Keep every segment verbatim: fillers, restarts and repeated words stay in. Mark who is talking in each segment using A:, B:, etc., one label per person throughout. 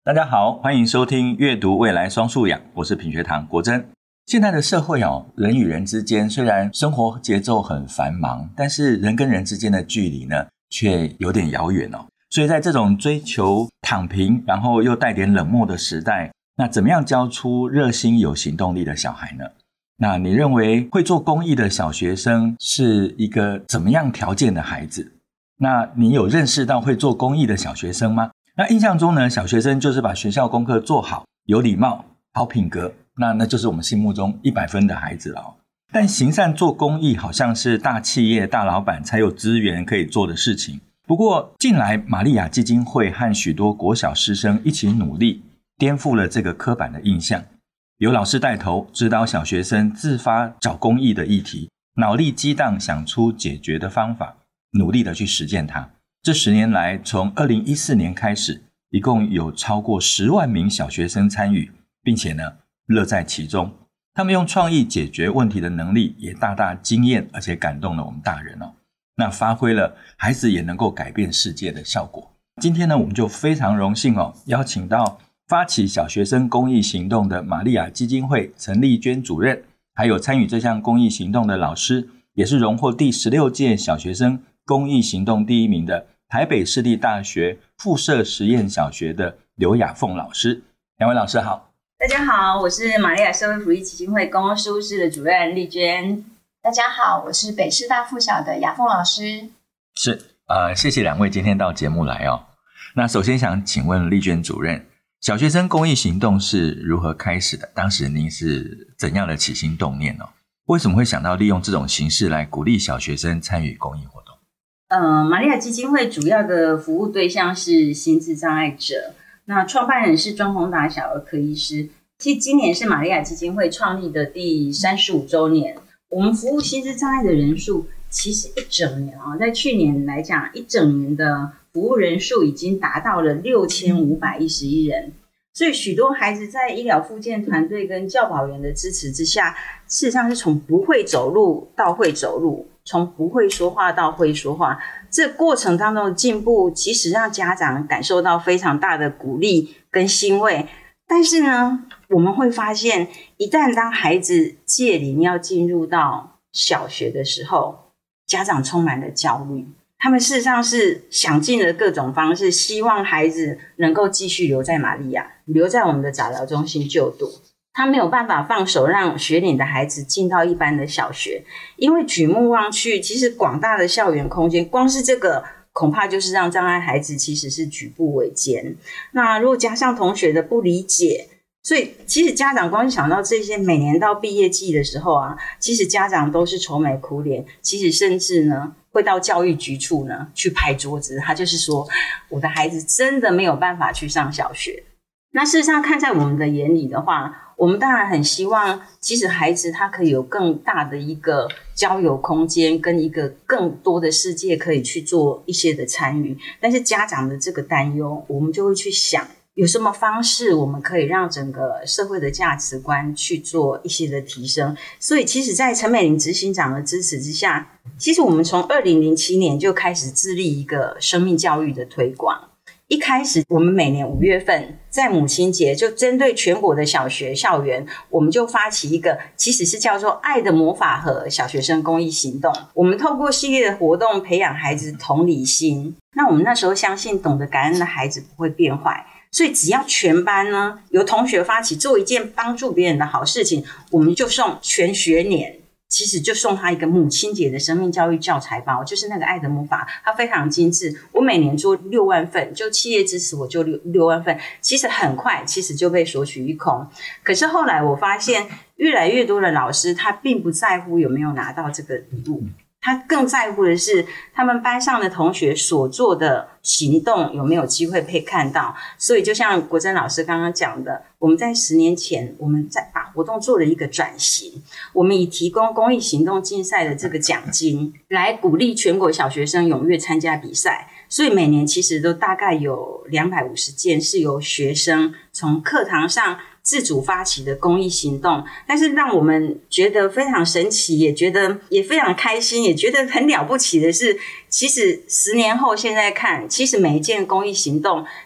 A: 大家好，欢迎收听阅读未来双素养，我是品学堂国珍。现在的社会哦，人与人之间虽然生活节奏很繁忙，但是人跟人之间的距离呢，却有点遥远哦。所以在这种追求躺平，然后又带点冷漠的时代，那怎么样教出热心有行动力的小孩呢？那你认为会做公益的小学生是一个怎么样条件的孩子？那你有认识到会做公益的小学生吗？那印象中呢，小学生就是把学校功课做好，有礼貌，好品格，那那就是我们心目中一百分的孩子了哦。但行善做公益好像是大企业大老板才有资源可以做的事情。不过近来玛利亚基金会和许多国小师生一起努力，颠覆了这个刻板的印象。由老师带头指导小学生自发找公益的议题，脑力激荡想出解决的方法，努力的去实践它。这十年来，从二零一四年开始，一共有超过十万名小学生参与，并且呢，乐在其中。他们用创意解决问题的能力也大大惊艳，而且感动了我们大人哦。那发挥了孩子也能够改变世界的效果。今天呢，我们就非常荣幸哦，邀请到发起小学生公益行动的玛利亚基金会陈丽娟主任，还有参与这项公益行动的老师，也是荣获第十六届小学生公益行动第一名的台北市立大学附设实验小学的刘雅凤老师。两位老师好。
B: 大家好，我是玛利亚社会福利基金会公共事务室的主任丽娟。
C: 大家好，我是北师大附小的雅凤老师。
A: 是呃，谢谢两位今天到节目来哦。那首先想请问丽娟主任，小学生公益行动是如何开始的？当时您是怎样的起心动念哦？为什么会想到利用这种形式来鼓励小学生参与公益活动？
B: 呃，玛利亚基金会主要的服务对象是心智障碍者，那创办人是庄宏达小儿科医师。其实今年是玛利亚基金会创立的第三十五周年，我们服务心智障碍的人数其实一整年啊，在去年来讲，一整年的服务人数已经达到了六千五百一十一人。所以许多孩子在医疗复健团队跟教保员的支持之下，事实上是从不会走路到会走路，从不会说话到会说话，这过程当中的进步其实让家长感受到非常大的鼓励跟欣慰。但是呢，我们会发现一旦当孩子届龄要进入到小学的时候，家长充满了焦虑，他们事实上是想尽了各种方式，希望孩子能够继续留在玛利亚，留在我们的早疗中心就读。他没有办法放手让学龄的孩子进到一般的小学，因为举目望去，其实广大的校园空间，光是这个恐怕就是让障碍孩子其实是举步维艰。那如果加上同学的不理解，所以其实家长光想到这些，每年到毕业季的时候啊，其实家长都是愁眉苦脸，其实甚至呢会到教育局处呢去拍桌子，他就是说我的孩子真的没有办法去上小学。那事实上看在我们的眼里的话，我们当然很希望其实孩子他可以有更大的一个交友空间跟一个更多的世界可以去做一些的参与，但是家长的这个担忧，我们就会去想有什么方式我们可以让整个社会的价值观去做一些的提升。所以其实在陈美玲执行长的支持之下，其实我们从二零零七年就开始致力一个生命教育的推广。一开始我们每年五月份在母亲节就针对全国的小学校园，我们就发起一个其实是叫做爱的魔法盒小学生公益行动。我们透过系列的活动培养孩子同理心，那我们那时候相信懂得感恩的孩子不会变坏，所以只要全班呢由同学发起做一件帮助别人的好事情，我们就送全学年，其实就送他一个母亲节的生命教育教材包，就是那个爱的魔法，它非常精致。我每年做六万份，就企业支持我就六六万份，其实很快其实就被索取一空。可是后来我发现越来越多的老师他并不在乎有没有拿到这个礼物，他更在乎的是他们班上的同学所做的行动有没有机会被看到。所以就像国珍老师刚刚讲的，我们在十年前我们在把活动做了一个转型，我们以提供公益行动竞赛的这个奖金来鼓励全国小学生踊跃参加比赛。所以每年其实都大概有两百五十件是由学生从课堂上自主发起的公益行动。但是让我们觉得非常神奇，也觉得也非常开心，也觉得很了不起的是，其实十年后现在看，其实每一件公益行动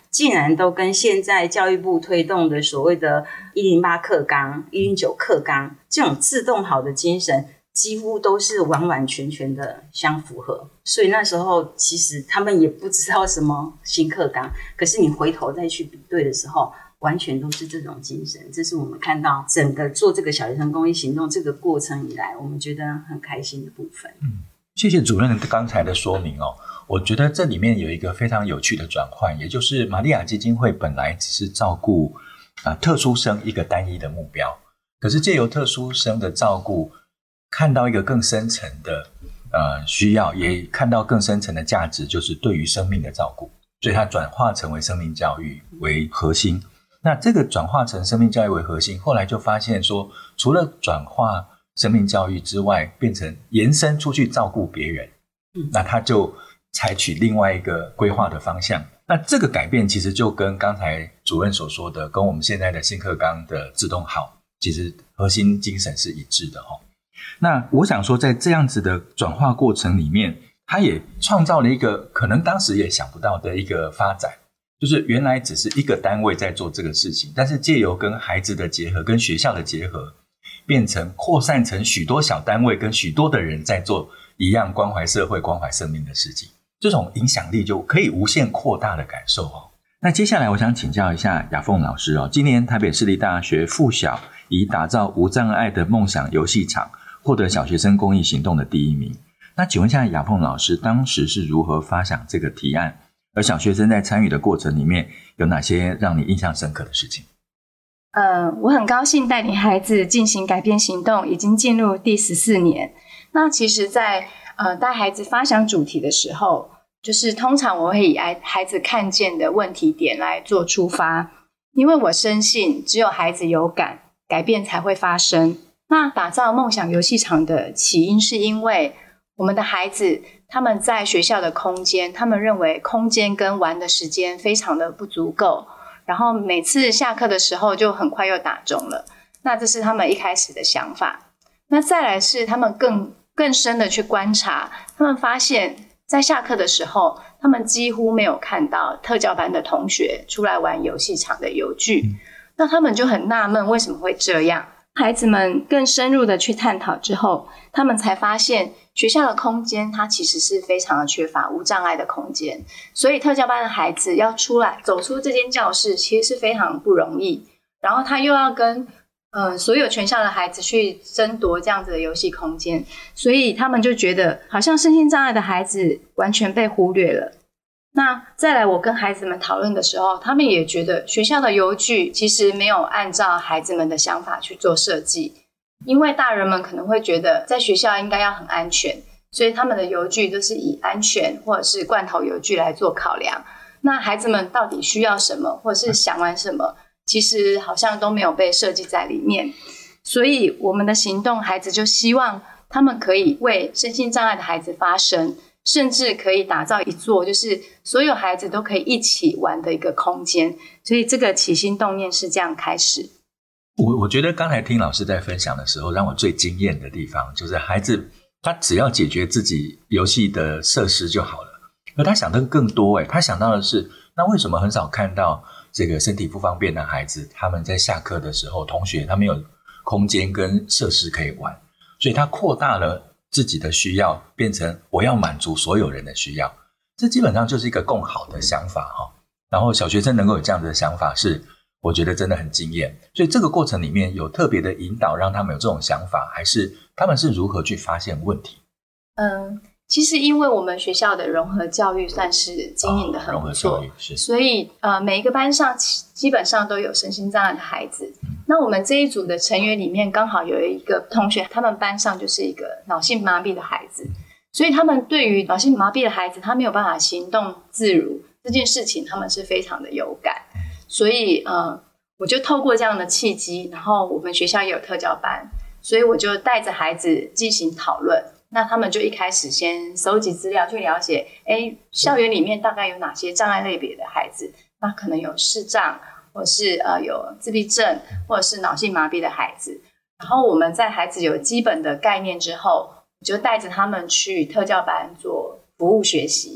B: 竟然都跟现在教育部推动的所谓的一零八课纲、一零九课纲这种自动好的精神几乎都是完完全全的相符合。所以那时候其实他们也不知道什么新课纲，可是你回头再去比对的时候，完全都是这种精神。这是我们看到整个做这个小学生公益行动这个过程以来，我们觉得很开心的部分。
A: 嗯，谢谢主任刚才的说明哦。我觉得这里面有一个非常有趣的转换，也就是玛利亚基金会本来只是照顾、呃、特殊生一个单一的目标，可是借由特殊生的照顾，看到一个更深层的呃需要，也看到更深层的价值，就是对于生命的照顾，所以它转化成为生命教育为核心。那这个转化成生命教育为核心，后来就发现说，除了转化生命教育之外，变成延伸出去照顾别人，嗯，那他就采取另外一个规划的方向。那这个改变其实就跟刚才主任所说的，跟我们现在的新课纲的自动好，其实核心精神是一致的哦。那我想说，在这样子的转化过程里面，他也创造了一个可能当时也想不到的一个发展，就是原来只是一个单位在做这个事情，但是借由跟孩子的结合，跟学校的结合，变成扩散成许多小单位跟许多的人在做一样关怀社会、关怀生命的事情，这种影响力就可以无限扩大的感受哦。那接下来我想请教一下雅凤老师哦，今年台北市立大学附小以打造无障碍的梦想游戏场获得小学生公益行动的第一名。那请问一下雅凤老师，当时是如何发想这个提案？而小学生在参与的过程里面，有哪些让你印象深刻的事情？
C: 呃，我很高兴带领孩子进行改变行动，已经进入第十四年。那其实在呃带孩子发想主题的时候，就是通常我会以孩子看见的问题点来做出发，因为我深信只有孩子有感，改变才会发生。那打造梦想游戏场的起因是因为我们的孩子他们在学校的空间，他们认为空间跟玩的时间非常的不足够，然后每次下课的时候就很快又打钟了，那这是他们一开始的想法。那再来是他们更更深的去观察，他们发现在下课的时候，他们几乎没有看到特教班的同学出来玩游戏场的游具，嗯，那他们就很纳闷为什么会这样。孩子们更深入的去探讨之后，他们才发现学校的空间它其实是非常的缺乏无障碍的空间，所以特教班的孩子要出来走出这间教室其实是非常不容易，然后他又要跟呃所有全校的孩子去争夺这样子的游戏空间，所以他们就觉得好像身心障碍的孩子完全被忽略了。那再来我跟孩子们讨论的时候，他们也觉得学校的游具其实没有按照孩子们的想法去做设计，因为大人们可能会觉得在学校应该要很安全，所以他们的游具都是以安全或者是罐头游具来做考量。那孩子们到底需要什么或者是想玩什么，其实好像都没有被设计在里面。所以我们的行动，孩子就希望他们可以为身心障碍的孩子发声，甚至可以打造一座就是所有孩子都可以一起玩的一个空间。所以这个起心动念是这样开始。
A: 我我觉得刚才听老师在分享的时候，让我最惊艳的地方就是孩子他只要解决自己游戏的设施就好了，而他想的更多耶，他想到的是那为什么很少看到这个身体不方便的孩子，他们在下课的时候同学他没有空间跟设施可以玩，所以他扩大了自己的需要，变成我要满足所有人的需要，这基本上就是一个更好的想法哈。然后小学生能够有这样的想法，是我觉得真的很惊艳。所以这个过程里面有特别的引导让他们有这种想法，还是他们是如何去发现问题？
C: 嗯，其实因为我们学校的融合教育算是经营的很不错，哦，所以呃每一个班上基本上都有身心障碍的孩子，嗯，那我们这一组的成员里面刚好有一个同学，他们班上就是一个脑性麻痹的孩子，所以他们对于脑性麻痹的孩子他没有办法行动自如这件事情他们是非常的有感，所以呃我就透过这样的契机，然后我们学校也有特教班，所以我就带着孩子进行讨论。那他们就一开始先搜集资料去了解，诶，校园里面大概有哪些障碍类别的孩子，那可能有视障，或是呃有自闭症，或者是脑性麻痹的孩子。然后我们在孩子有基本的概念之后，就带着他们去特教班做服务学习，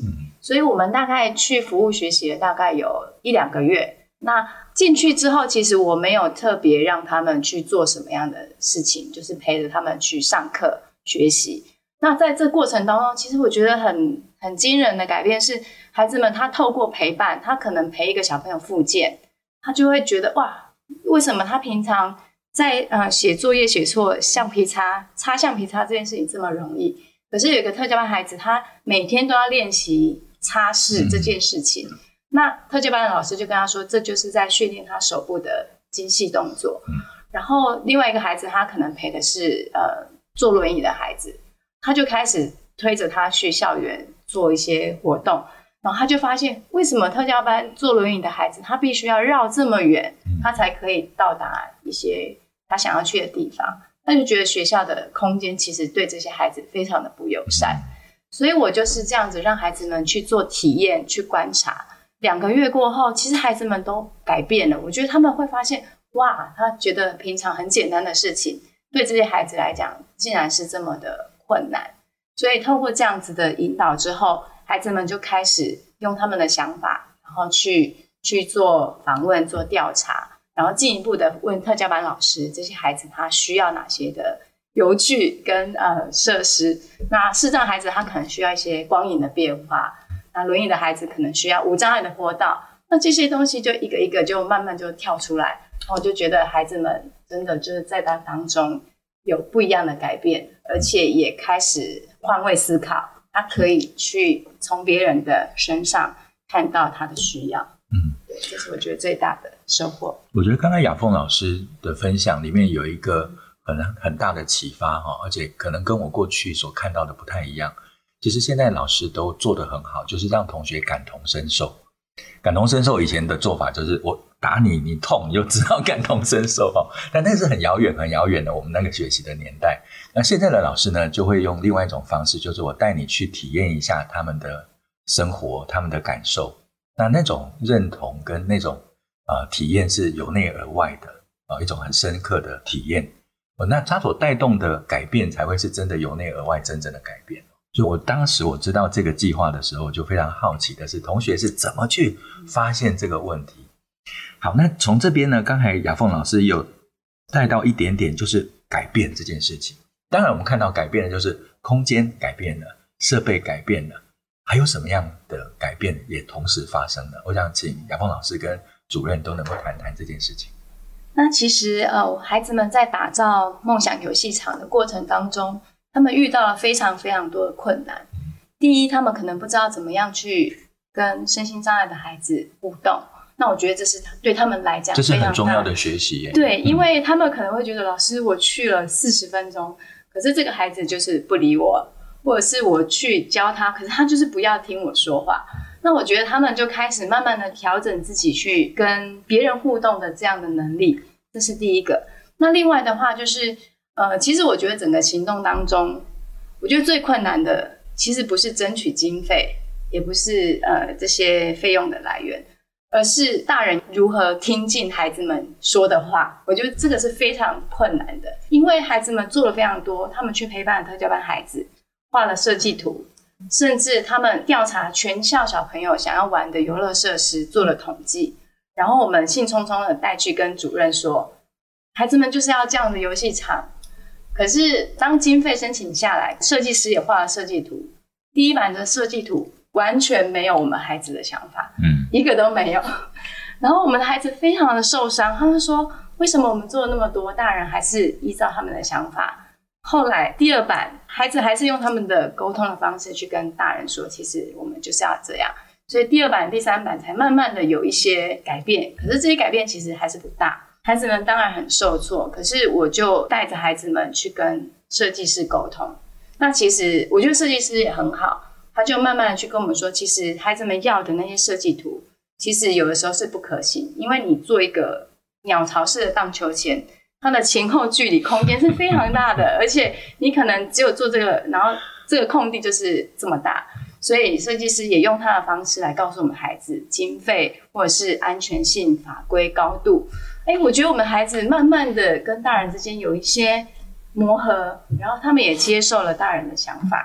C: 所以我们大概去服务学习了大概有一两个月。那进去之后，其实我没有特别让他们去做什么样的事情，就是陪着他们去上课学习。那在这过程当中，其实我觉得很很惊人的改变是，孩子们他透过陪伴，他可能陪一个小朋友复健，他就会觉得哇，为什么他平常在呃写作业写错橡皮擦擦橡皮擦这件事情这么容易，可是有一个特教班孩子，他每天都要练习擦拭这件事情。嗯，那特教班的老师就跟他说，这就是在训练他手部的精细动作。嗯，然后另外一个孩子，他可能陪的是呃坐轮椅的孩子，他就开始推着他去校园做一些活动，然后他就发现，为什么特教班坐轮椅的孩子，他必须要绕这么远，他才可以到达一些他想要去的地方。他就觉得学校的空间其实对这些孩子非常的不友善，所以我就是这样子让孩子们去做体验，去观察。两个月过后，其实孩子们都改变了。我觉得他们会发现，哇，他觉得平常很简单的事情，对这些孩子来讲，竟然是这么的困难。所以透过这样子的引导之后，孩子们就开始用他们的想法，然后去去做访问、做调查，然后进一步的问特教班老师，这些孩子他需要哪些的游具跟呃设施。那视障孩子他可能需要一些光影的变化，那轮椅的孩子可能需要无障碍的坡道。那这些东西就一个一个就慢慢就跳出来，然后我就觉得孩子们真的就是在他当中有不一样的改变，而且也开始换位思考，他可以去从别人的身上看到他的需要。嗯，对，这是我觉得最大的收获。
A: 我觉得刚才雅凤老师的分享里面有一个很很大的启发，而且可能跟我过去所看到的不太一样。其实现在老师都做得很好，就是让同学感同身受。感同身受以前的做法就是我打你你痛你就知道感同身受，但那是很遥远很遥远的我们那个学习的年代。那现在的老师呢，就会用另外一种方式，就是我带你去体验一下他们的生活，他们的感受。那那种认同跟那种呃体验是由内而外的，呃一种很深刻的体验。呃、那它所带动的改变才会是真的由内而外真正的改变。所以我当时我知道这个计划的时候，就非常好奇的是同学是怎么去发现这个问题。好，那从这边呢，刚才雅凤老师也有带到一点点，就是改变这件事情。当然我们看到改变的就是空间改变了，设备改变了，还有什么样的改变也同时发生了？我想请雅凤老师跟主任都能够谈谈这件事情。
C: 那其实呃，孩子们在打造梦想游戏场的过程当中，他们遇到了非常非常多的困难。第一，他们可能不知道怎么样去跟身心障碍的孩子互动。那我觉得这是对他们来讲
A: 这是很重要的学习耶。
C: 对，因为他们可能会觉得，老师我去了四十分钟，可是这个孩子就是不理我，或者是我去教他，可是他就是不要听我说话。那我觉得他们就开始慢慢的调整自己去跟别人互动的这样的能力，这是第一个。那另外的话就是呃，其实我觉得整个行动当中，我觉得最困难的其实不是争取经费，也不是呃这些费用的来源，而是大人如何听进孩子们说的话。我觉得这个是非常困难的，因为孩子们做了非常多，他们去陪伴特教班孩子，画了设计图，甚至他们调查全校小朋友想要玩的游乐设施，做了统计，然后我们兴冲冲的带去跟主任说，孩子们就是要这样的游戏场。可是当经费申请下来，设计师也画了设计图，第一版的设计图完全没有我们孩子的想法，嗯，一个都没有。然后我们的孩子非常的受伤，他们说为什么我们做了那么多，大人还是依照他们的想法。后来第二版孩子还是用他们的沟通的方式去跟大人说，其实我们就是要这样，所以第二版第三版才慢慢的有一些改变。可是这些改变其实还是不大，孩子们当然很受挫，可是我就带着孩子们去跟设计师沟通。那其实我觉得设计师也很好，他就慢慢的去跟我们说，其实孩子们要的那些设计图其实有的时候是不可行，因为你做一个鸟巢式的荡秋千，它的前后距离空间是非常大的，而且你可能只有做这个，然后这个空地就是这么大，所以设计师也用他的方式来告诉我们孩子经费或者是安全性、法规、高度。哎，我觉得我们孩子慢慢的跟大人之间有一些磨合，然后他们也接受了大人的想法，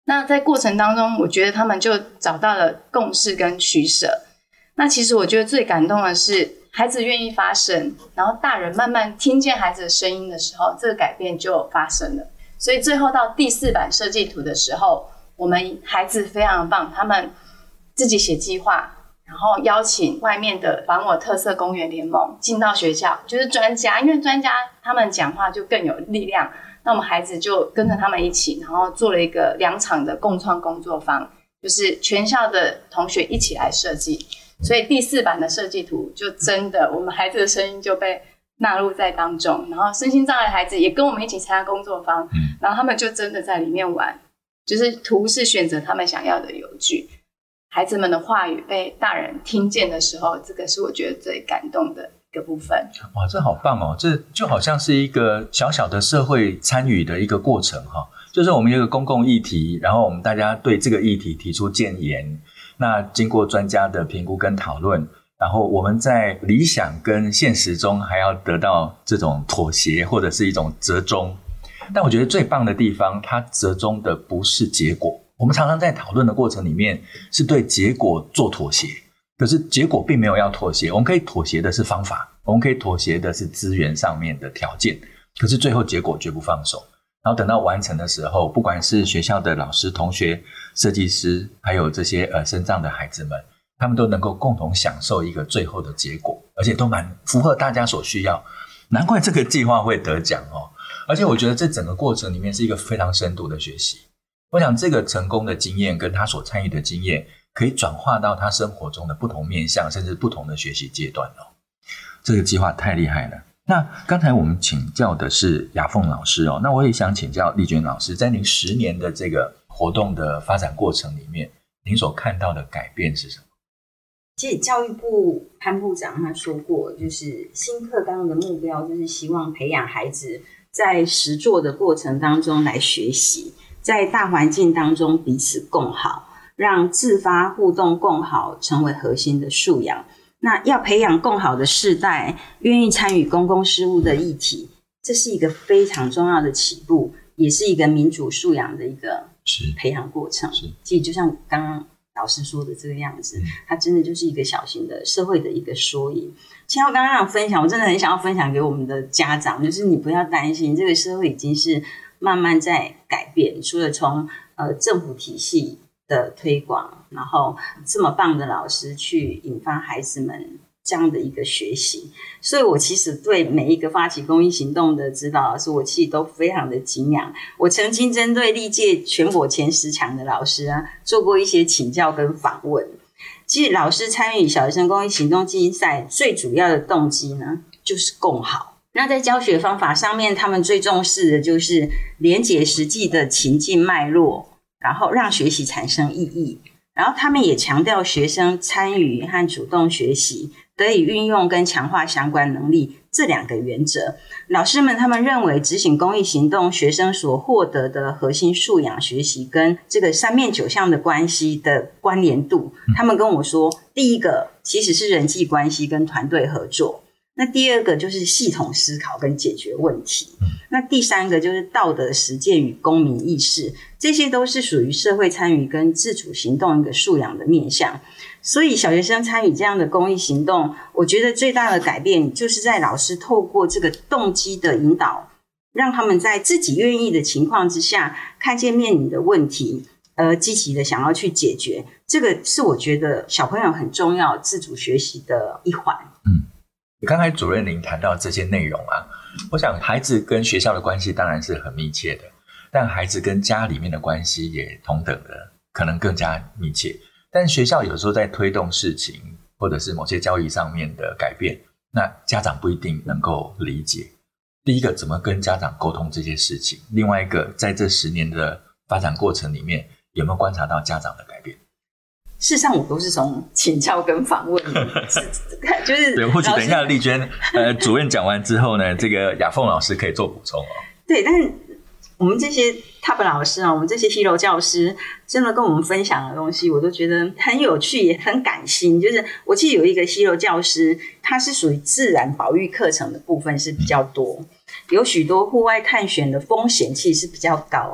C: 那在过程当中，我觉得他们就找到了共识跟取舍。那其实我觉得最感动的是孩子愿意发声，然后大人慢慢听见孩子的声音的时候，这个改变就发生了。所以最后到第四版设计图的时候，我们孩子非常棒，他们自己写计划，然后邀请外面的防我特色公园联盟进到学校，就是专家，因为专家他们讲话就更有力量。那我们孩子就跟着他们一起，然后做了一个两场的共创工作坊，就是全校的同学一起来设计。所以第四版的设计图就真的我们孩子的声音就被纳入在当中，然后身心障碍的孩子也跟我们一起参加工作坊，然后他们就真的在里面玩，就是图是选择他们想要的游具，孩子们的话语被大人听见的时候，这个是我觉得最感动的一个部分。
A: 哇，这好棒哦！这就好像是一个小小的社会参与的一个过程哈、哦，就是我们有一个公共议题，然后我们大家对这个议题提出建言，那经过专家的评估跟讨论，然后我们在理想跟现实中还要得到这种妥协或者是一种折中。但我觉得最棒的地方，它折中的不是结果。我们常常在讨论的过程里面是对结果做妥协，可是结果并没有要妥协，我们可以妥协的是方法，我们可以妥协的是资源上面的条件，可是最后结果绝不放手。然后等到完成的时候，不管是学校的老师、同学、设计师，还有这些呃身障的孩子们，他们都能够共同享受一个最后的结果，而且都蛮符合大家所需要。难怪这个计划会得奖哦！而且我觉得这整个过程里面是一个非常深度的学习。我想这个成功的经验跟他所参与的经验，可以转化到他生活中的不同面向，甚至不同的学习阶段哦。这个计划太厉害了。那刚才我们请教的是雅凤老师哦，那我也想请教丽娟老师，在您十年的这个活动的发展过程里面，您所看到的改变是什么？
B: 其实教育部潘部长他说过，就是新课纲的目标就是希望培养孩子在实作的过程当中来学习，在大环境当中彼此共好，让自发互动共好成为核心的素养。那要培养共好的世代，愿意参与公共事务的议题，这是一个非常重要的起步，也是一个民主素养的一个培养过程。其实就像刚刚老师说的这个样子，它真的就是一个小型的社会的一个缩影。其实我刚刚分享，我真的很想要分享给我们的家长，就是你不要担心，这个社会已经是慢慢在改变。除了从呃政府体系的推广，然后这么棒的老师去引发孩子们这样的一个学习，所以我其实对每一个发起公益行动的指导老师，我其实都非常的敬仰。我曾经针对历届全国前十强的老师啊，做过一些请教跟访问。其实老师参与小学生公益行动竞赛最主要的动机呢，就是共好。那在教学方法上面，他们最重视的就是连结实际的情境脉络，然后让学习产生意义。然后他们也强调学生参与和主动学习得以运用跟强化相关能力这两个原则。老师们他们认为执行公益行动，学生所获得的核心素养学习跟这个三面九项的关系的关联度，他们跟我说，第一个其实是人际关系跟团队合作，那第二个就是系统思考跟解决问题，那第三个就是道德实践与公民意识，这些都是属于社会参与跟自主行动一个素养的面向。所以小学生参与这样的公益行动，我觉得最大的改变就是在老师透过这个动机的引导，让他们在自己愿意的情况之下，看见面临的问题，而积极的想要去解决。这个是我觉得小朋友很重要自主学习的一环。
A: 嗯，刚才主任您谈到这些内容啊，我想孩子跟学校的关系当然是很密切的，但孩子跟家里面的关系也同等的可能更加密切。但学校有时候在推动事情或者是某些教育上面的改变，那家长不一定能够理解。第一个，怎么跟家长沟通这些事情？另外一个，在这十年的发展过程里面，有没有观察到家长的改变？
B: 事实上我都是从请教跟访问就是
A: 对，或许等一下丽娟呃主任讲完之后呢，这个雅凤老师可以做补充哦。
B: 对，但是我们这些 top 老师啊，我们这些 hero 教师真的跟我们分享的东西，我都觉得很有趣，也很感心。就是我记得有一个 hero 教师，他是属于自然保育课程的部分是比较多，有许多户外探险的风险其实是比较高。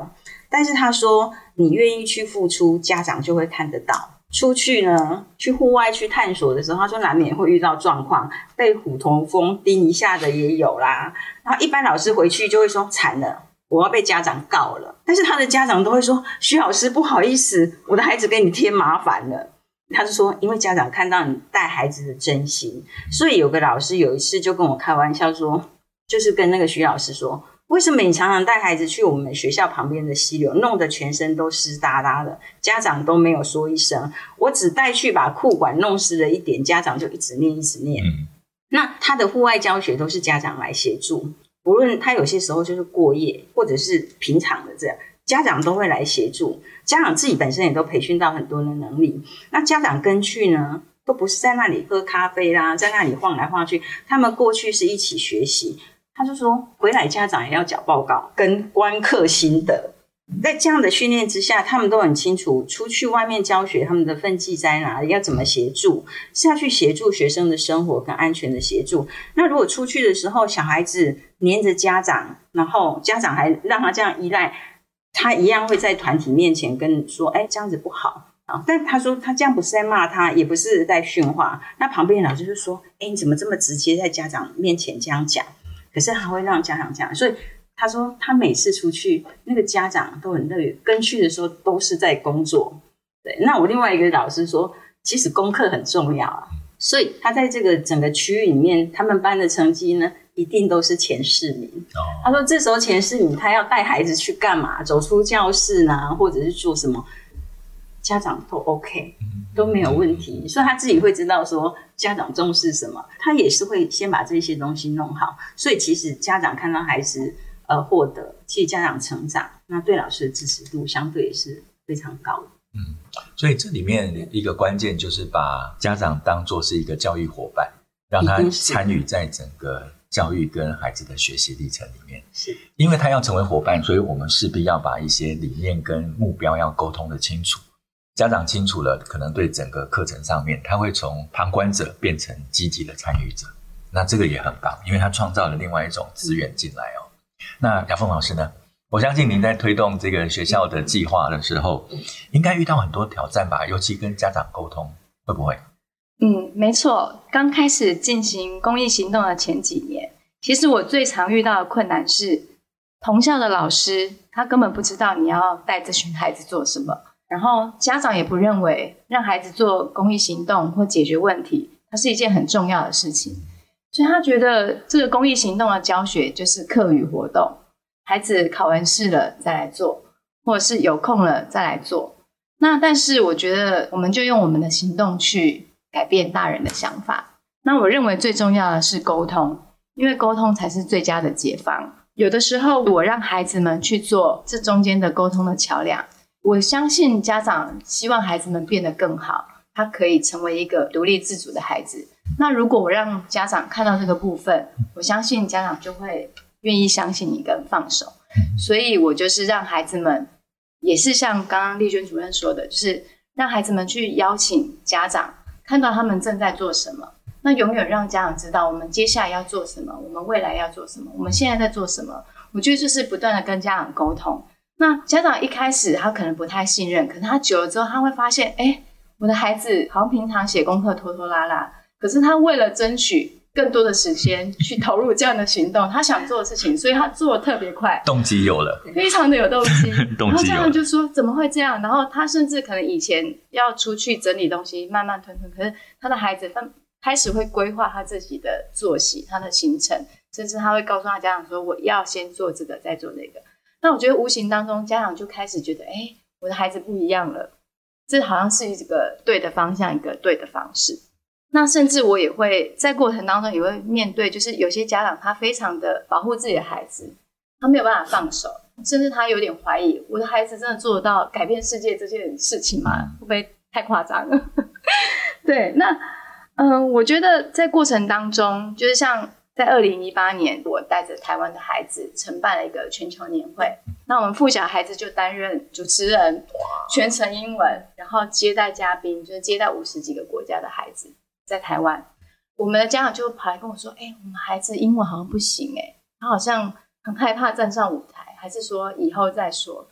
B: 但是他说你愿意去付出，家长就会看得到。出去呢，去户外去探索的时候，他说难免会遇到状况，被虎头蜂叮一下的也有啦。然后一般老师回去就会说惨了，我要被家长告了。但是他的家长都会说徐老师不好意思，我的孩子给你添麻烦了。他就说因为家长看到你带孩子的真心，所以有个老师有一次就跟我开玩笑说，就是跟那个徐老师说，为什么你常常带孩子去我们学校旁边的溪流，弄得全身都湿哒哒的，家长都没有说一声，我只带去把裤管弄湿了一点，家长就一直念一直念、嗯、那他的户外教学都是家长来协助，不论他有些时候就是过夜或者是平常的这样，家长都会来协助，家长自己本身也都培训到很多的能力。那家长跟去呢都不是在那里喝咖啡啦，在那里晃来晃去，他们过去是一起学习。他就说回来家长也要缴报告跟观课心得，在这样的训练之下，他们都很清楚出去外面教学他们的分际在哪里，要怎么协助，是要去协助学生的生活跟安全的协助。那如果出去的时候小孩子黏着家长，然后家长还让他这样依赖，他一样会在团体面前跟说哎，这样子不好。但他说他这样不是在骂他，也不是在训话。那旁边的老师就说哎，你怎么这么直接在家长面前这样讲，可是他会让家长讲。所以他说他每次出去那个家长都很乐意，跟去的时候都是在工作。对，那我另外一个老师说其实功课很重要啊，所以他在这个整个区域里面，他们班的成绩呢一定都是前四名、哦、他说这时候前四名他要带孩子去干嘛，走出教室呢，或者是做什么，家长都 OK， 都没有问题。所以他自己会知道说家长重视什么，他也是会先把这些东西弄好。所以其实家长看到孩子呃获得，其实家长成长，那对老师的支持度相对也是非常高的。
A: 嗯，所以这里面一个关键就是把家长当作是一个教育伙伴，让他参与在整个教育跟孩子的学习历程里面。
B: 是，
A: 因为他要成为伙伴，所以我们势必要把一些理念跟目标要沟通的清楚。家长清楚了，可能对整个课程上面他会从旁观者变成积极的参与者，那这个也很棒，因为他创造了另外一种资源进来哦。那雅凤老师呢，我相信您在推动这个学校的计划的时候应该遇到很多挑战吧，尤其跟家长沟通，会不会？
C: 嗯，没错，刚开始进行公益行动的前几年，其实我最常遇到的困难是同校的老师他根本不知道你要带这群孩子做什么，然后家长也不认为让孩子做公益行动或解决问题它是一件很重要的事情，所以他觉得这个公益行动的教学就是课余活动，孩子考完试了再来做，或者是有空了再来做。那但是我觉得我们就用我们的行动去改变大人的想法。那我认为最重要的是沟通，因为沟通才是最佳的解方。有的时候我让孩子们去做这中间的沟通的桥梁，我相信家长希望孩子们变得更好，他可以成为一个独立自主的孩子。那如果我让家长看到这个部分，我相信家长就会愿意相信你跟放手。所以我就是让孩子们，也是像刚刚丽娟主任说的，就是让孩子们去邀请家长看到他们正在做什么，那永远让家长知道我们接下来要做什么，我们未来要做什么，我们现在在做什么。我觉得就是不断的跟家长沟通。那家长一开始他可能不太信任，可是他久了之后他会发现，哎，我的孩子好像平常写功课拖拖拉拉，可是他为了争取更多的时间去投入这样的行动，他想做的事情，所以他做得特别快，
A: 动机有了，
C: 非常的有动机
A: 动机有了。然后
C: 家长就说怎么会这样，然后他甚至可能以前要出去整理东西慢慢吞吞，可是他的孩子他开始会规划他自己的作息，他的行程，甚至他会告诉他家长说我要先做这个再做那个。那我觉得无形当中家长就开始觉得，哎，我的孩子不一样了，这好像是一个对的方向，一个对的方式。那甚至我也会在过程当中也会面对，就是有些家长他非常的保护自己的孩子，他没有办法放手，甚至他有点怀疑我的孩子真的做得到改变世界这件事情吗？会不会太夸张了？对，那嗯、呃，我觉得在过程当中，就是像在二零一八年我带着台湾的孩子承办了一个全球年会，那我们附小孩子就担任主持人，全程英文，然后接待嘉宾，就是接待五十几个国家的孩子在台湾。我们的家长就跑来跟我说，哎，我们孩子英文好像不行，哎，他好像很害怕站上舞台，还是说以后再说。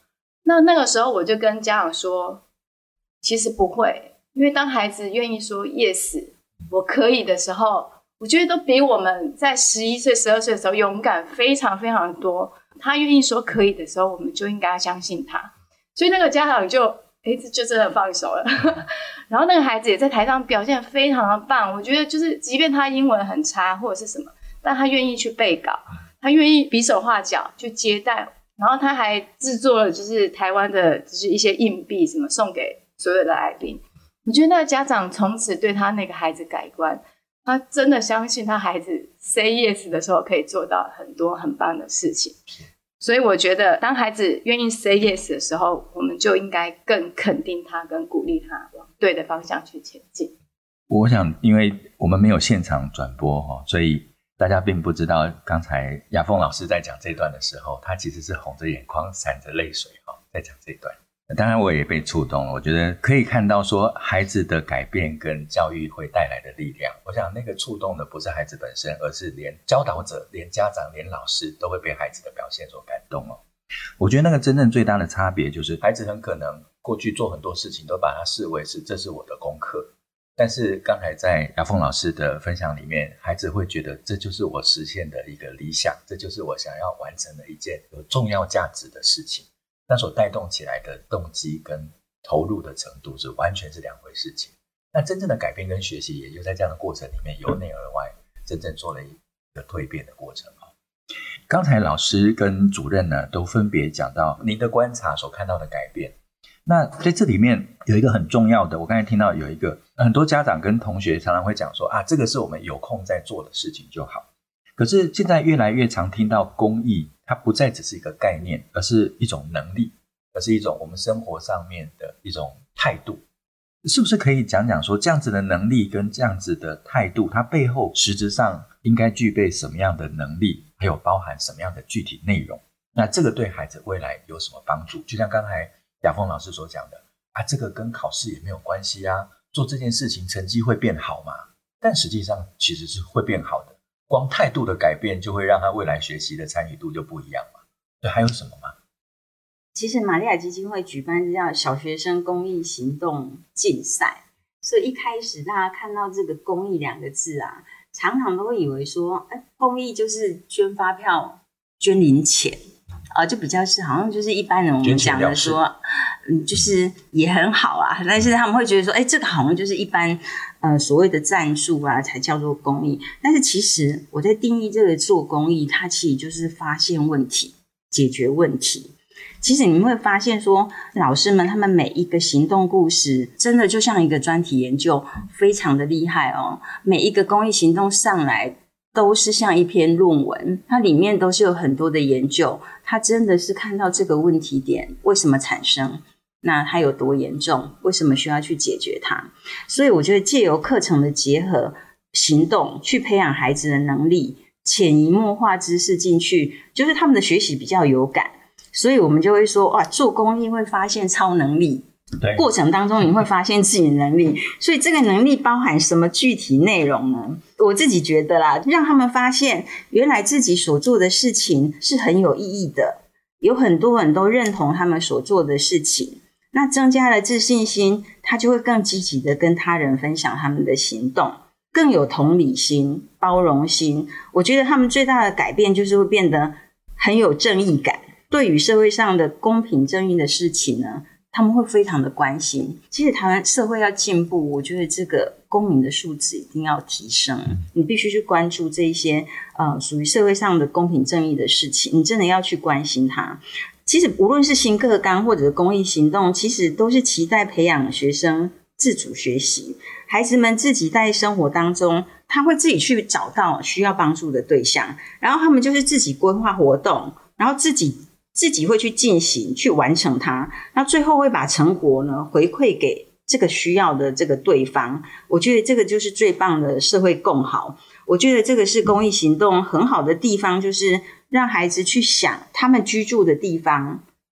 C: 那那个时候我就跟家长说，其实不会，因为当孩子愿意说 yes 我可以的时候，我觉得都比我们在十一岁十二岁的时候勇敢非常非常多。他愿意说可以的时候，我们就应该要相信他。所以那个家长就诶就真的放手了然后那个孩子也在台上表现非常的棒，我觉得就是即便他英文很差或者是什么，但他愿意去背稿，他愿意比手画脚去接待，然后他还制作了就是台湾的就是一些硬币什么送给所有的来宾。我觉得那个家长从此对他那个孩子改观，他真的相信他孩子 say yes 的时候可以做到很多很棒的事情。所以我觉得当孩子愿意 say yes 的时候，我们就应该更肯定他跟鼓励他往对的方向去前进。
A: 我想因为我们没有现场转播，所以大家并不知道刚才雅凤老师在讲这段的时候，他其实是红着眼眶闪着泪水在讲这段。当然我也被触动了，我觉得可以看到说孩子的改变跟教育会带来的力量。我想那个触动的不是孩子本身，而是连教导者连家长连老师都会被孩子的表现所感动哦。我觉得那个真正最大的差别就是孩子很可能过去做很多事情都把它视为是这是我的功课，但是刚才在雅凤老师的分享里面，孩子会觉得这就是我实现的一个理想，这就是我想要完成的一件有重要价值的事情。那所带动起来的动机跟投入的程度是完全是两回事情。那真正的改变跟学习也就在这样的过程里面由内而外真正做了一个蜕变的过程。刚才老师跟主任呢都分别讲到您的观察所看到的改变。那在这里面有一个很重要的，我刚才听到有一个很多家长跟同学常常会讲说啊，这个是我们有空在做的事情就好。可是现在越来越常听到公益，它不再只是一个概念，而是一种能力，而是一种我们生活上面的一种态度。是不是可以讲讲说这样子的能力跟这样子的态度，它背后实质上应该具备什么样的能力，还有包含什么样的具体内容？那这个对孩子未来有什么帮助？就像刚才雅凤老师所讲的啊，这个跟考试也没有关系啊，做这件事情成绩会变好嘛？但实际上其实是会变好的，光态度的改变就会让他未来学习的参与度就不一样嘛。对，还有什么吗？
B: 其实玛利亚基金会举办这样小学生公益行动竞赛，所以一开始大家看到这个公益两个字啊，常常都会以为说哎，公益就是捐发票捐零钱啊，就比较是好像就是一般人我们讲的说嗯，就是也很好啊，但是他们会觉得说哎，这个好像就是一般呃所谓的赞助啊才叫做公益。但是其实我在定义这个做公益，它其实就是发现问题解决问题。其实你们会发现说老师们他们每一个行动故事真的就像一个专题研究，非常的厉害哦。每一个公益行动上来都是像一篇论文，它里面都是有很多的研究，它真的是看到这个问题点为什么产生，那它有多严重，为什么需要去解决它。所以我觉得借由课程的结合行动去培养孩子的能力，潜移默化知识进去，就是他们的学习比较有感。所以我们就会说哇，做公益会发现超能力，对，过程当中你会发现自己的能力。所以这个能力包含什么具体内容呢？我自己觉得啦，让他们发现原来自己所做的事情是很有意义的，有很多人都认同他们所做的事情，那增加了自信心，他就会更积极的跟他人分享他们的行动，更有同理心包容心。我觉得他们最大的改变就是会变得很有正义感，对于社会上的公平正义的事情呢，他们会非常的关心。其实台湾社会要进步，我觉得这个公民的素质一定要提升，你必须去关注这一些呃属于社会上的公平正义的事情，你真的要去关心它。其实无论是新课纲或者公益行动，其实都是期待培养学生自主学习，孩子们自己在生活当中他会自己去找到需要帮助的对象，然后他们就是自己规划活动，然后自己自己会去进行去完成它，那最后会把成果呢回馈给这个需要的这个对方。我觉得这个就是最棒的社会共好。我觉得这个是公益行动很好的地方，就是让孩子去想他们居住的地方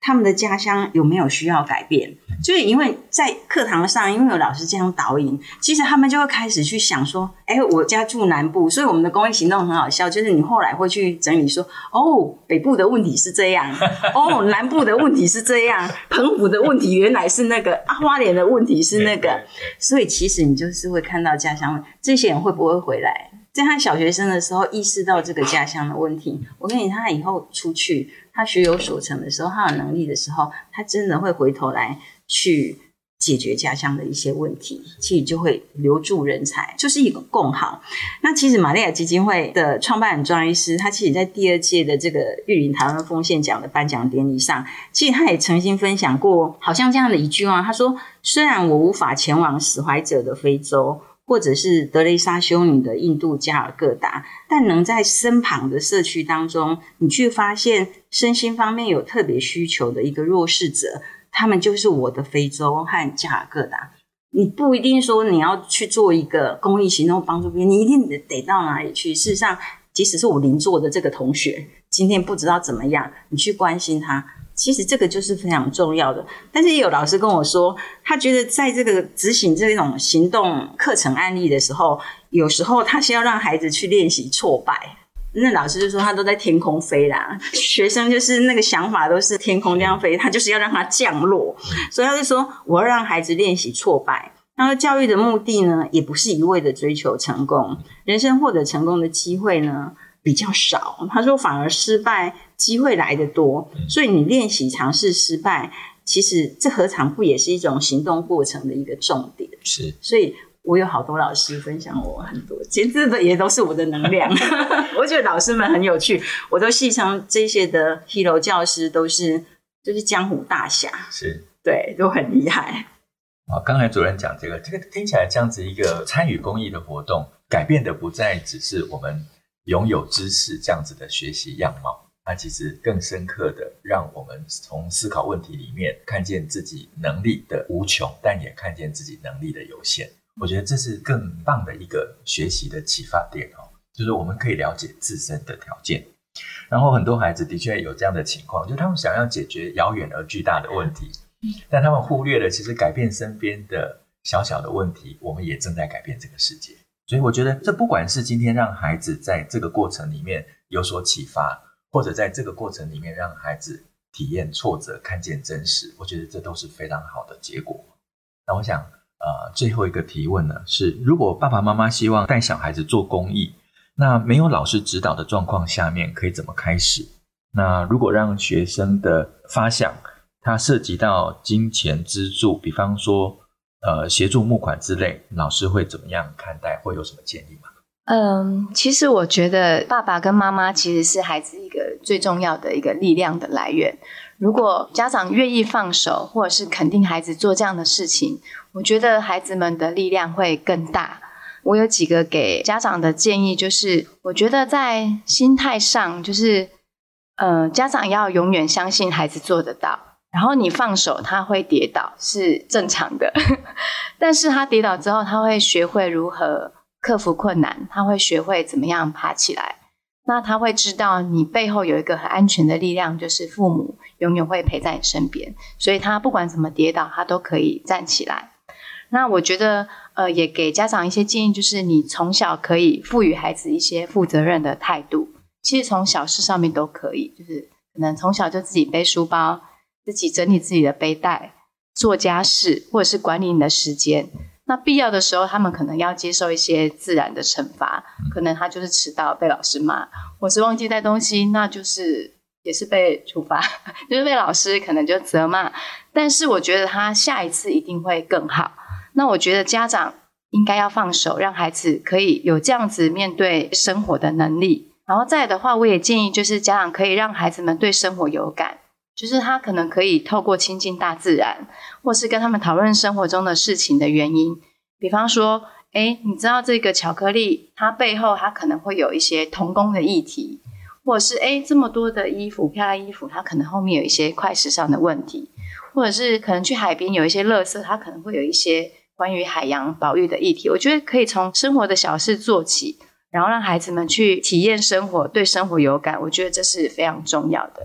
B: 他们的家乡有没有需要改变。就是因为在课堂上，因为有老师这样导引，其实他们就会开始去想说，哎，我家住南部，所以我们的公益行动很好笑，就是你后来会去整理说，哦，北部的问题是这样，哦，南部的问题是这样，澎湖的问题原来是那个，啊，花莲的问题是那个，所以其实你就是会看到家乡这些人会不会回来。在他小学生的时候意识到这个家乡的问题，我跟你他以后出去他学有所成的时候，他有能力的时候，他真的会回头来去解决家乡的一些问题，其实就会留住人才，就是一个共好。那其实玛利亚基金会的创办人庄医师，他其实在第二届的这个育龄台湾奉献奖的颁奖典礼上，其实他也曾经分享过好像这样的一句话，他说，虽然我无法前往史怀哲的非洲，或者是德雷莎修女的印度加尔各答，但能在身旁的社区当中，你去发现身心方面有特别需求的一个弱势者，他们就是我的非洲和加尔各答。你不一定说你要去做一个公益行动帮助别人，你一定得到哪里去。事实上，即使是我邻座的这个同学今天不知道怎么样，你去关心他，其实这个就是非常重要的。但是也有老师跟我说，他觉得在这个执行这种行动课程案例的时候，有时候他是要让孩子去练习挫败。那老师就说他都在天空飞啦，学生就是那个想法都是天空这样飞，他就是要让他降落，所以他就说我要让孩子练习挫败。那教育的目的呢，也不是一味的追求成功，人生获得成功的机会呢比较少，他说反而失败机会来得多，所以你练习尝试失败，其实这何尝不也是一种行动过程的一个重点。
A: 是，
B: 所以我有好多老师分享我很多，简直的也都是我的能量我觉得老师们很有趣，我都戏称这些的 hero 教师都是就是江湖大侠，
A: 是，
B: 对，都很厉害。
A: 好，刚才主任讲这个这个听起来这样子一个参与公益的活动，改变的不再只是我们拥有知识这样子的学习样貌，它其实更深刻的让我们从思考问题里面看见自己能力的无穷，但也看见自己能力的有限。我觉得这是更棒的一个学习的启发点哦，就是我们可以了解自身的条件。然后很多孩子的确有这样的情况，就是他们想要解决遥远而巨大的问题，但他们忽略了其实改变身边的小小的问题，我们也正在改变这个世界。所以我觉得这不管是今天让孩子在这个过程里面有所启发，或者在这个过程里面让孩子体验挫折看见真实，我觉得这都是非常好的结果。那我想呃，最后一个提问呢是，如果爸爸妈妈希望带小孩子做公益，那没有老师指导的状况下面可以怎么开始？那如果让学生的发想它涉及到金钱资助，比方说呃协助募款之类，老师会怎么样看待？会有什么建议吗？
C: 嗯，其实我觉得爸爸跟妈妈其实是孩子一个最重要的一个力量的来源。如果家长愿意放手，或者是肯定孩子做这样的事情，我觉得孩子们的力量会更大。我有几个给家长的建议，就是我觉得在心态上，就是呃，家长要永远相信孩子做得到，然后你放手他会跌倒是正常的但是他跌倒之后他会学会如何克服困难，他会学会怎么样爬起来，那他会知道你背后有一个很安全的力量，就是父母永远会陪在你身边，所以他不管怎么跌倒他都可以站起来。那我觉得呃，也给家长一些建议，就是你从小可以赋予孩子一些负责任的态度，其实从小事上面都可以，就是可能从小就自己背书包，自己整理自己的背带，做家事，或者是管理你的时间。那必要的时候他们可能要接受一些自然的惩罚，可能他就是迟到被老师骂，或是忘记带东西，那就是也是被处罚，就是被老师可能就责骂，但是我觉得他下一次一定会更好。那我觉得家长应该要放手，让孩子可以有这样子面对生活的能力。然后再来的话，我也建议就是家长可以让孩子们对生活有感，就是他可能可以透过亲近大自然，或是跟他们讨论生活中的事情的原因。比方说诶你知道这个巧克力它背后它可能会有一些童工的议题，或者是诶这么多的衣服漂亮衣服它可能后面有一些快时尚的问题，或者是可能去海边有一些垃圾它可能会有一些关于海洋保育的议题。我觉得可以从生活的小事做起，然后让孩子们去体验生活，对生活有感，我觉得这是非常重要的。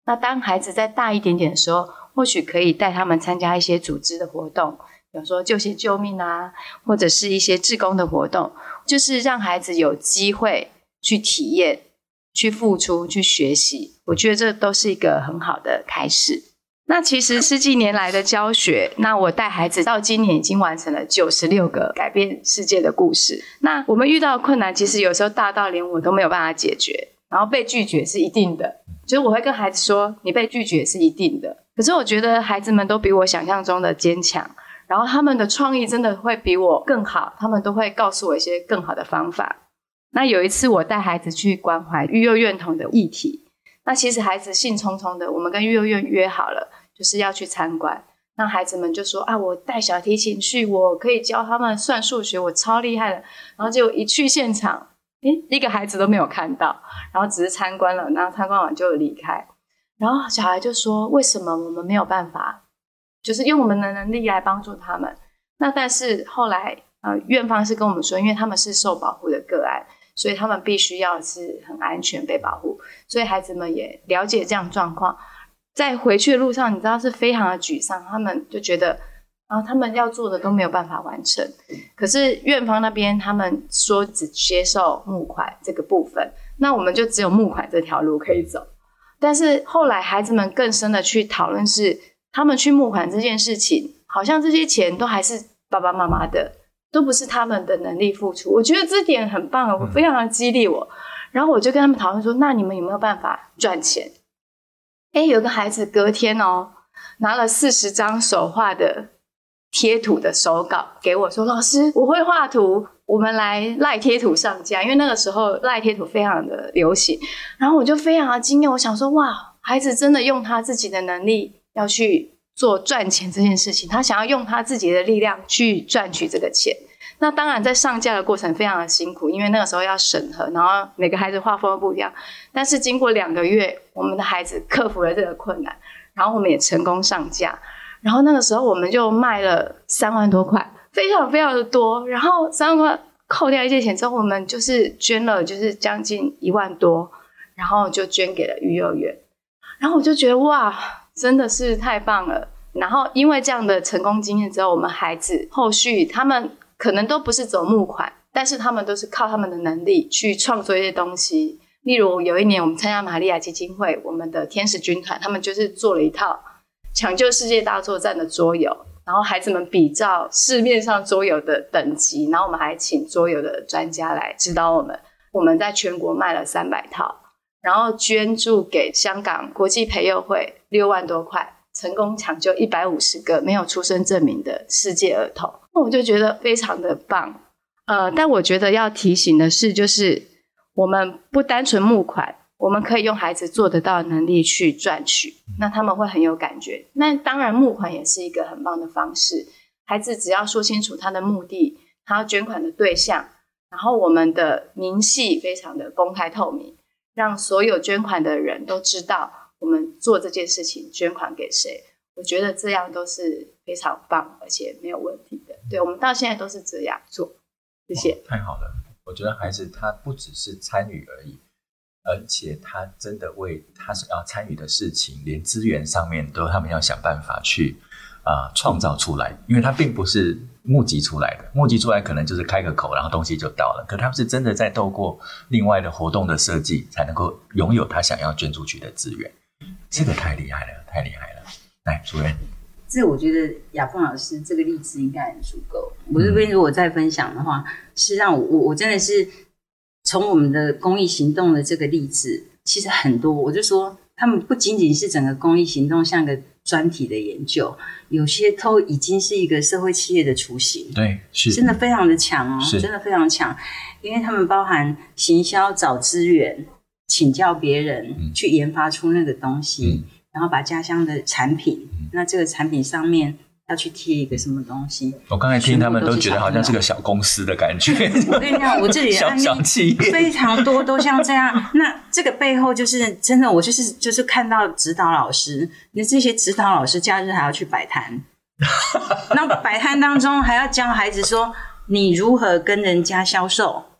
C: 那当孩子再大一点点的时候，或许可以带他们参加一些组织的活动，比如说救险救命啊，或者是一些志工的活动，就是让孩子有机会去体验、去付出、去学习，我觉得这都是一个很好的开始。那其实十几年来的教学，那我带孩子到今年已经完成了九十六个改变世界的故事。那我们遇到的困难其实有时候大到连我都没有办法解决，然后被拒绝是一定的，就是我会跟孩子说你被拒绝是一定的。可是我觉得孩子们都比我想象中的坚强，然后他们的创意真的会比我更好，他们都会告诉我一些更好的方法。那有一次我带孩子去关怀育幼院童的议题，那其实孩子兴冲冲的，我们跟育幼院约好了就是要去参观，那孩子们就说啊，我带小提琴去，我可以教他们算数学，我超厉害的。然后结果一去现场，诶，一个孩子都没有看到，然后只是参观了，然后参观完就离开。然后小孩就说，为什么我们没有办法就是用我们的能力来帮助他们？那但是后来呃，院方是跟我们说，因为他们是受保护的个案，所以他们必须要是很安全被保护，所以孩子们也了解这样状况。在回去的路上，你知道是非常的沮丧，他们就觉得啊，他们要做的都没有办法完成。可是院方那边他们说只接受募款这个部分，那我们就只有募款这条路可以走。但是后来孩子们更深的去讨论是，他们去募款这件事情，好像这些钱都还是爸爸妈妈的，都不是他们的能力付出。我觉得这点很棒，我非常的激励我。然后我就跟他们讨论说，那你们有没有办法赚钱？诶，有个孩子隔天哦，拿了四十张手画的贴图的手稿给我说，老师，我会画图，我们来赖贴图上架，因为那个时候赖贴图非常的流行。然后我就非常的惊讶，我想说，哇，孩子真的用他自己的能力要去做赚钱这件事情，他想要用他自己的力量去赚取这个钱。那当然在上架的过程非常的辛苦，因为那个时候要审核，然后每个孩子画风都不一样。但是经过两个月，我们的孩子克服了这个困难，然后我们也成功上架。然后那个时候我们就卖了三万多块，非常非常的多。然后三万块扣掉一些钱之后，我们就是捐了就是将近一万多，然后就捐给了育幼院。然后我就觉得哇，真的是太棒了。然后因为这样的成功经验之后，我们孩子后续他们可能都不是走募款，但是他们都是靠他们的能力去创作一些东西。例如有一年我们参加玛利亚基金会，我们的天使军团他们就是做了一套抢救世界大作战的桌游，然后孩子们比照市面上桌游的等级，然后我们还请桌游的专家来指导我们。我们在全国卖了三百套，然后捐助给香港国际培幼会六万多块，成功抢救一百五十个没有出生证明的世界儿童。我就觉得非常的棒。呃，但我觉得要提醒的是，就是我们不单纯募款，我们可以用孩子做得到的能力去赚取，那他们会很有感觉。那当然募款也是一个很棒的方式，孩子只要说清楚他的目的，他要捐款的对象，然后我们的明细非常的公开透明，让所有捐款的人都知道我们做这件事情捐款给谁。我觉得这样都是非常棒而且没有问题的。对，我们到现在都是这样做。谢谢。
A: 太好了，我觉得孩子他不只是参与而已，而且他真的为他所要参与的事情，连资源上面都他们要想办法去呃创造出来，因为他并不是募集出来的，募集出来可能就是开个口，然后东西就到了。可他们是真的在透过另外的活动的设计，才能够拥有他想要捐出去的资源。这个太厉害了，太厉害了。来，主任，
B: 这我觉得雅凤老师这个例子应该很足够。我这边如果再分享的话，事实上我我我真的是从我们的公益行动的这个例子，其实很多，我就说他们不仅仅是整个公益行动像个专题的研究，有些都已经是一个社会企业的雏形。
A: 对，是
B: 真的非常的强哦，真的非常强，因为他们包含行销、找资源、请教别人、嗯、去研发出那个东西。嗯，然后把家乡的产品，那这个产品上面要去贴一个什么东西？
A: 我刚才听他们都觉得好像是个小公司的感觉。
B: 我跟你讲，我这里的案例非常多，都像这样。那这个背后就是真的，我就是就是看到指导老师，那这些指导老师假日还要去摆摊，那摆摊当中还要教孩子说你如何跟人家销售，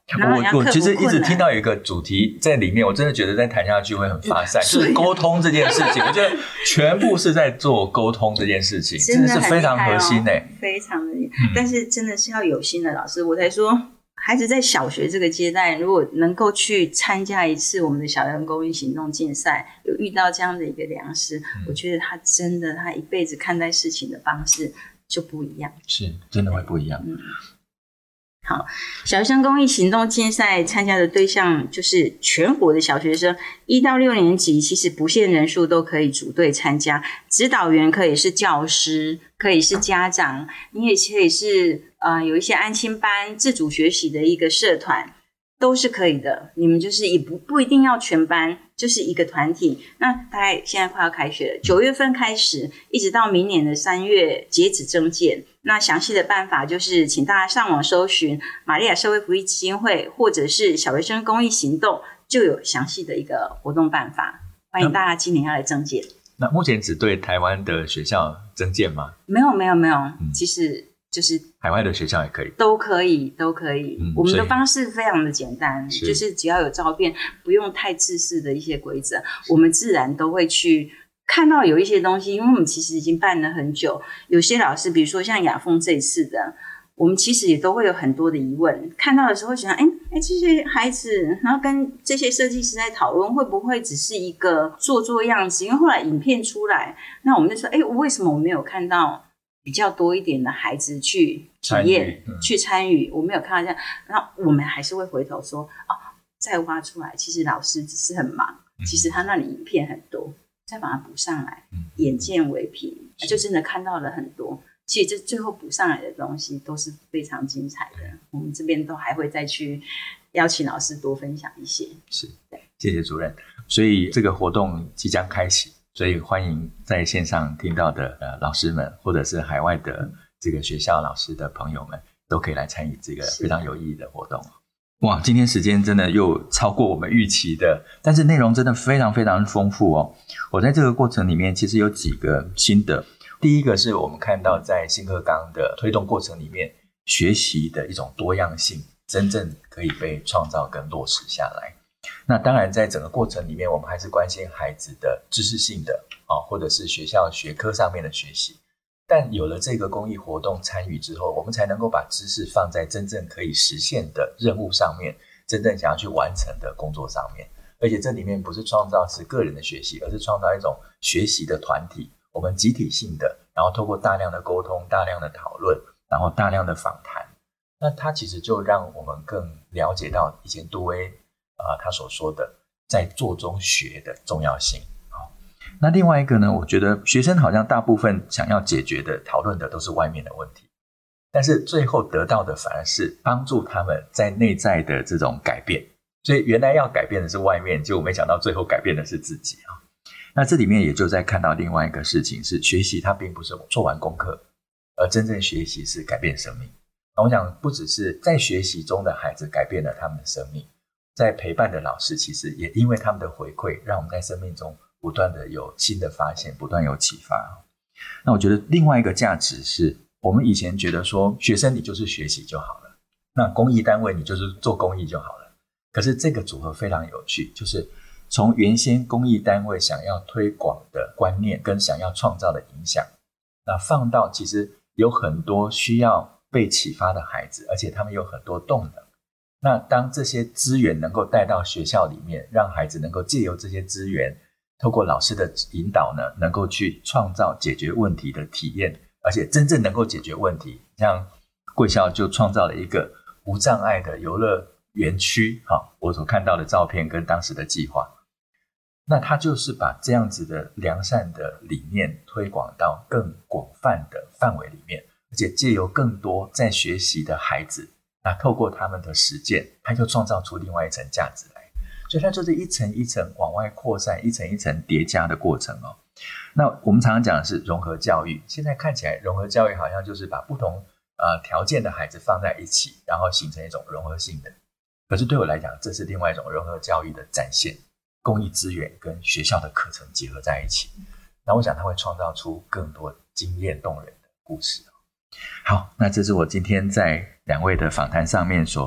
A: 我我其实一直听到有一个主题在里面，我真的觉得在谈下去会很发散，就是沟通这件事情。我觉得全部是在做沟通这件事情，真的是非常核心诶、欸，
B: 非常的厉害、嗯。但是真的是要有心的老师，我才说，孩子在小学这个阶段，如果能够去参加一次我们的小人公益行动竞赛，有遇到这样的一个良师、嗯，我觉得他真的他一辈子看待事情的方式就不一样，
A: 是真的会不一样。嗯。
B: 好，小学生公益行动竞赛参加的对象就是全国的小学生，一到六年级其实不限人数都可以组队参加，指导员可以是教师，可以是家长，你也可以是呃有一些安亲班自主学习的一个社团，都是可以的。你们就是也不不一定要全班，就是一个团体。那大概现在快要开学了，九月份开始，一直到明年的三月截止征件。那详细的办法就是请大家上网搜寻玛利亚社会福利基金会或者是小学生公益行动，就有详细的一个活动办法。欢迎大家今年要来征件。
A: 那目前只对台湾的学校征件吗？
B: 没有没有没有、嗯、其实就是
A: 海外的学校也可以，都
B: 可以都可以、嗯、我们的方式非常的简单，是就是只要有照片，不用太制式的一些规则，我们自然都会去看到有一些东西。因为我们其实已经办了很久，有些老师比如说像雅凤这一次的，我们其实也都会有很多的疑问，看到的时候会想哎哎，这些孩子然后跟这些设计师在讨论，会不会只是一个做做样子？因为后来影片出来，那我们就说哎，为什么我没有看到比较多一点的孩子去体验、嗯、去参与？我没有看到这样，然后我们还是会回头说哦，再挖出来，其实老师只是很忙、嗯、其实他那里影片很多，再把它补上来、嗯、眼见为凭，就真的看到了很多。其实这最后补上来的东西都是非常精彩的，我们这边都还会再去邀请老师多分享一些。
A: 是，谢谢主任。所以这个活动即将开启，所以欢迎在线上听到的呃老师们，或者是海外的这个学校老师的朋友们，都可以来参与这个非常有意义的活动。哇，今天时间真的又超过我们预期的，但是内容真的非常非常丰富哦。我在这个过程里面其实有几个心得。第一个是我们看到在新课纲的推动过程里面，学习的一种多样性真正可以被创造跟落实下来。那当然在整个过程里面，我们还是关心孩子的知识性的、哦、或者是学校学科上面的学习，但有了这个公益活动参与之后，我们才能够把知识放在真正可以实现的任务上面，真正想要去完成的工作上面。而且这里面不是创造是个人的学习，而是创造一种学习的团体，我们集体性的，然后透过大量的沟通、大量的讨论，然后大量的访谈，那它其实就让我们更了解到以前杜威、呃、他所说的在做中学的重要性。那另外一个呢，我觉得学生好像大部分想要解决的、讨论的都是外面的问题，但是最后得到的反而是帮助他们在内在的这种改变。所以原来要改变的是外面，结果没想到最后改变的是自己。那这里面也就在看到另外一个事情，是学习它并不是做完功课，而真正学习是改变生命。我想不只是在学习中的孩子改变了他们的生命，在陪伴的老师其实也因为他们的回馈，让我们在生命中不断的有新的发现，不断有启发。那我觉得另外一个价值是，我们以前觉得说学生你就是学习就好了，那公益单位你就是做公益就好了。可是这个组合非常有趣，就是从原先公益单位想要推广的观念跟想要创造的影响，那放到其实有很多需要被启发的孩子，而且他们有很多动能。那当这些资源能够带到学校里面，让孩子能够借由这些资源，透过老师的引导呢，能够去创造解决问题的体验，而且真正能够解决问题。像贵校就创造了一个无障碍的游乐园区，我所看到的照片跟当时的计划，那他就是把这样子的良善的理念推广到更广泛的范围里面，而且借由更多在学习的孩子，那透过他们的实践，他就创造出另外一层价值来。所以它就是一层一层往外扩散，一层一层叠加的过程哦。那我们常常讲的是融合教育，现在看起来融合教育好像就是把不同呃条件的孩子放在一起，然后形成一种融合性的。可是对我来讲，这是另外一种融合教育的展现，公益资源跟学校的课程结合在一起，那我想它会创造出更多惊艳动人的故事。好，那这是我今天在两位的访谈上面所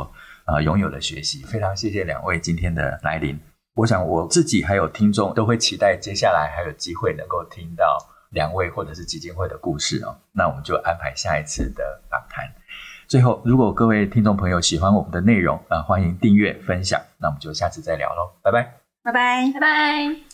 A: 呃拥有的学习。非常谢谢两位今天的来临，我想我自己还有听众都会期待接下来还有机会能够听到两位或者是基金会的故事哦。那我们就安排下一次的访谈。最后，如果各位听众朋友喜欢我们的内容，呃，欢迎订阅分享。那我们就下次再聊咯，拜拜，
B: 拜拜，
C: 拜拜。